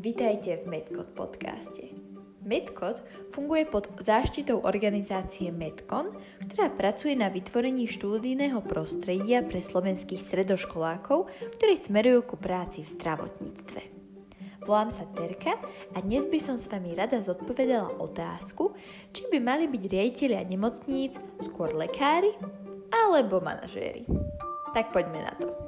Vitajte v Medcode podcaste. Medcode funguje pod záštitou organizácie Medcon, ktorá pracuje na vytvorení štúdijného prostredia pre slovenských stredoškolákov, ktorí smerujú ku práci v zdravotníctve. Volám sa Terka a dnes by som s vami rada zodpovedala otázku, či by mali byť riaditelia nemocníc skôr lekári alebo manažéri. Tak poďme na to.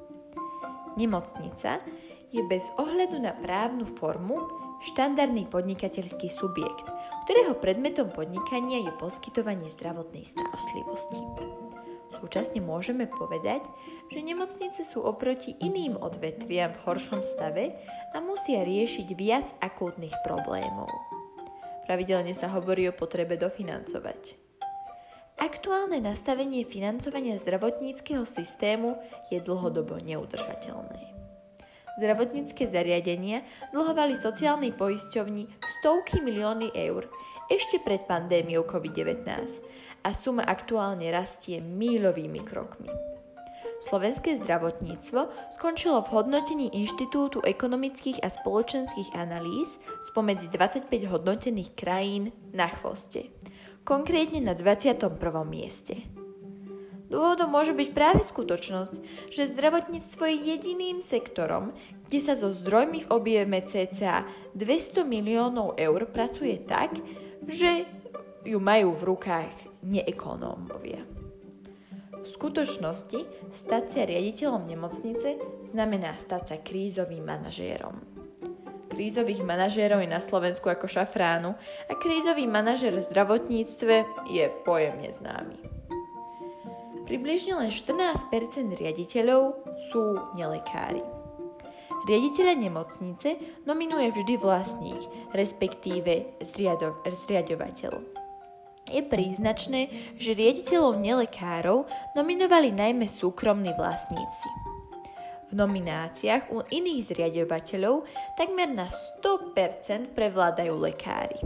Nemocnica je bez ohľadu na právnu formu štandardný podnikateľský subjekt, ktorého predmetom podnikania je poskytovanie zdravotnej starostlivosti. Súčasne môžeme povedať, že nemocnice sú oproti iným odvetviam v horšom stave a musia riešiť viac akútnych problémov. Pravidelne sa hovorí o potrebe dofinancovať. Aktuálne nastavenie financovania zdravotníckeho systému je dlhodobo neudržateľné. Zdravotnícke zariadenia dlhovali sociálnej poisťovni stovky milióny eur ešte pred pandémiou COVID-19 a suma aktuálne rastie míľovými krokmi. Slovenské zdravotníctvo skončilo v hodnotení Inštitútu ekonomických a spoločenských analýz spomedzi 25 hodnotených krajín na chvoste, konkrétne na 21. mieste. Dôvodom môže byť práve skutočnosť, že zdravotníctvo je jediným sektorom, kde sa so zdrojmi v objeme cca 200 miliónov eur pracuje tak, že ju majú v rukách neekonómovia. V skutočnosti stať sa riaditeľom nemocnice znamená stať sa krízovým manažérom. Krízových manažérov je na Slovensku ako šafránu a krízový manažér v zdravotníctve je pojem neznámy. Približne len 14% riaditeľov sú nelekári. Riaditeľa nemocnice nominuje vždy vlastník, respektíve zriaďovateľ. Je príznačné, že riaditeľov nelekárov nominovali najmä súkromní vlastníci. V nomináciách u iných zriaďovateľov takmer na 100% prevládajú lekári.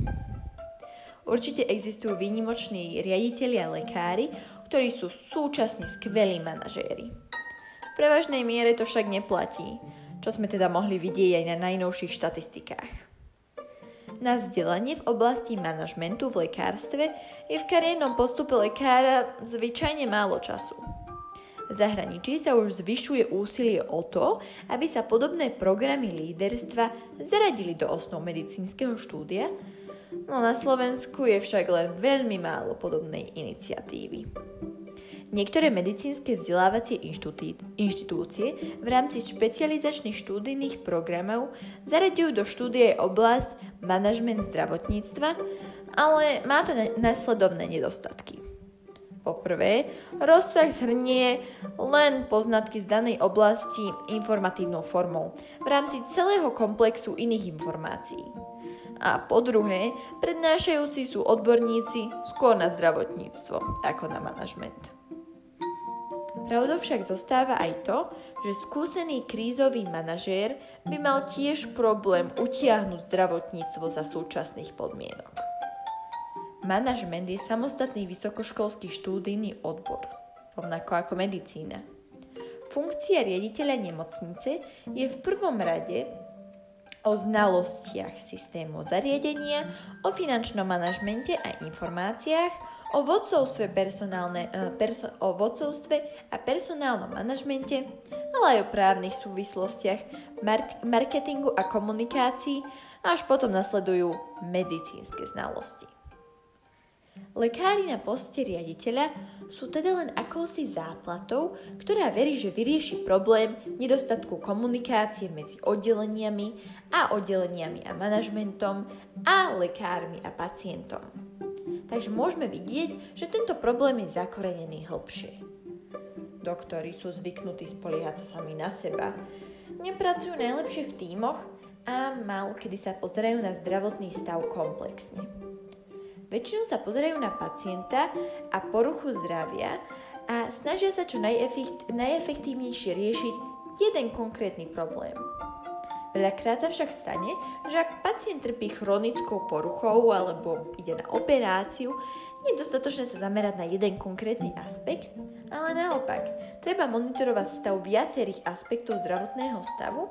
Určite existujú výnimoční riaditelia lekári, ktorí sú súčasne skvelí manažéri. V prevažnej miere to však neplatí, čo sme teda mohli vidieť aj na najnovších štatistikách. Na vzdelanie v oblasti manažmentu v lekárstve je v kariérnom postupe lekára zvyčajne málo času. V zahraničí sa už zvyšuje úsilie o to, aby sa podobné programy líderstva zaradili do osnov medicínskeho štúdia, no na Slovensku je však len veľmi málo podobnej iniciatívy. Niektoré medicínske vzdelávacie inštitúcie v rámci špecializačných štúdijných programov zaraďujú do štúdie oblasť manažment zdravotníctva, ale má to nasledovné nedostatky. Poprvé, rozsah zhrnie len poznatky z danej oblasti informatívnou formou v rámci celého komplexu iných informácií. A po druhé, prednášajúci sú odborníci skôr na zdravotníctvo ako na manažment. Pravdou však zostáva aj to, že skúsený krízový manažér by mal tiež problém utiahnuť zdravotníctvo za súčasných podmienok. Manažment je samostatný vysokoškolský štúdijný odbor, rovnako ako medicína. Funkcia riaditeľa nemocnice je v prvom rade o znalostiach systému zariadenia, o finančnom manažmente a informáciách, o vodcovstve a personálnom manažmente, ale aj o právnych súvislostiach, marketingu a komunikácii, a až potom nasledujú medicínske znalosti. Lekári na poste riaditeľa sú teda len akousi záplatou, ktorá verí, že vyrieši problém nedostatku komunikácie medzi oddeleniami a manažmentom a lekármi a pacientom. Takže môžeme vidieť, že tento problém je zakorenený hlbšie. Doktori sú zvyknutí spoliehať sa sami na seba, nepracujú najlepšie v tímoch a málo kedy sa pozerajú na zdravotný stav komplexne. Väčšinou sa pozerajú na pacienta a poruchu zdravia a snažia sa čo najefektívnejšie riešiť jeden konkrétny problém. Veľakrát sa však stane, že ak pacient trpí chronickou poruchou alebo ide na operáciu, nie je dostatočné sa zamerať na jeden konkrétny aspekt, ale naopak, treba monitorovať stav viacerých aspektov zdravotného stavu,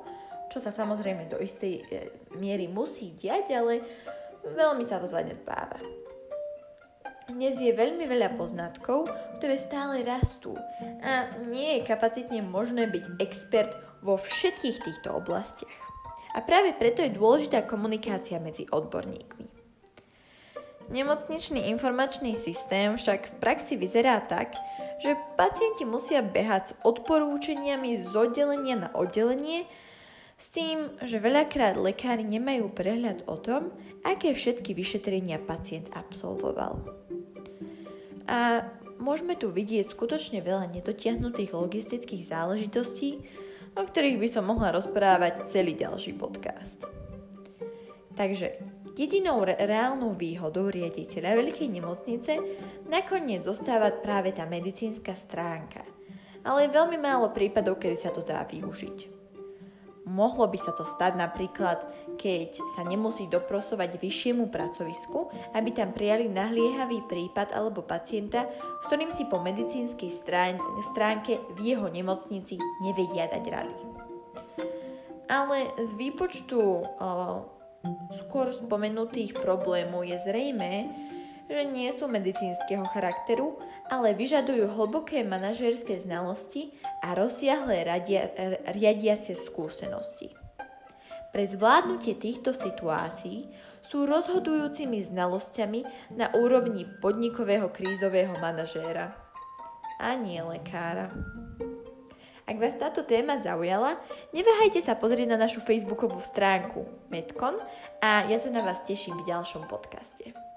čo sa samozrejme do istej miery musí diať, ale veľmi sa to zanedbáva. Dnes je veľmi veľa poznatkov, ktoré stále rastú a nie je kapacitne možné byť expert vo všetkých týchto oblastiach. A práve preto je dôležitá komunikácia medzi odborníkmi. Nemocničný informačný systém však v praxi vyzerá tak, že pacienti musia behať s odporúčaniami z oddelenia na oddelenie, s tým, že veľakrát lekári nemajú prehľad o tom, aké všetky vyšetrenia pacient absolvoval. A môžeme tu vidieť skutočne veľa nedotiahnutých logistických záležitostí, o ktorých by som mohla rozprávať celý ďalší podcast. Takže jedinou reálnou výhodou riaditeľa veľkej nemocnice nakoniec zostáva práve tá medicínska stránka, ale je veľmi málo prípadov, kedy sa to dá využiť. Mohlo by sa to stať napríklad, keď sa nemusí doprosovať vyššiemu pracovisku, aby tam prijali naliehavý prípad alebo pacienta, s ktorým si po medicínskej stránke v jeho nemocnici nevedia dať rady. Ale z výpočtu skôr spomenutých problémov je zrejmé, že nie sú medicínskeho charakteru, ale vyžadujú hlboké manažérske znalosti a rozsiahle riadiace skúsenosti. Pre zvládnutie týchto situácií sú rozhodujúcimi znalosťami na úrovni podnikového krízového manažéra a nie lekára. Ak vás táto téma zaujala, neváhajte sa pozrieť na našu facebookovú stránku Medcon a ja sa na vás teším v ďalšom podcaste.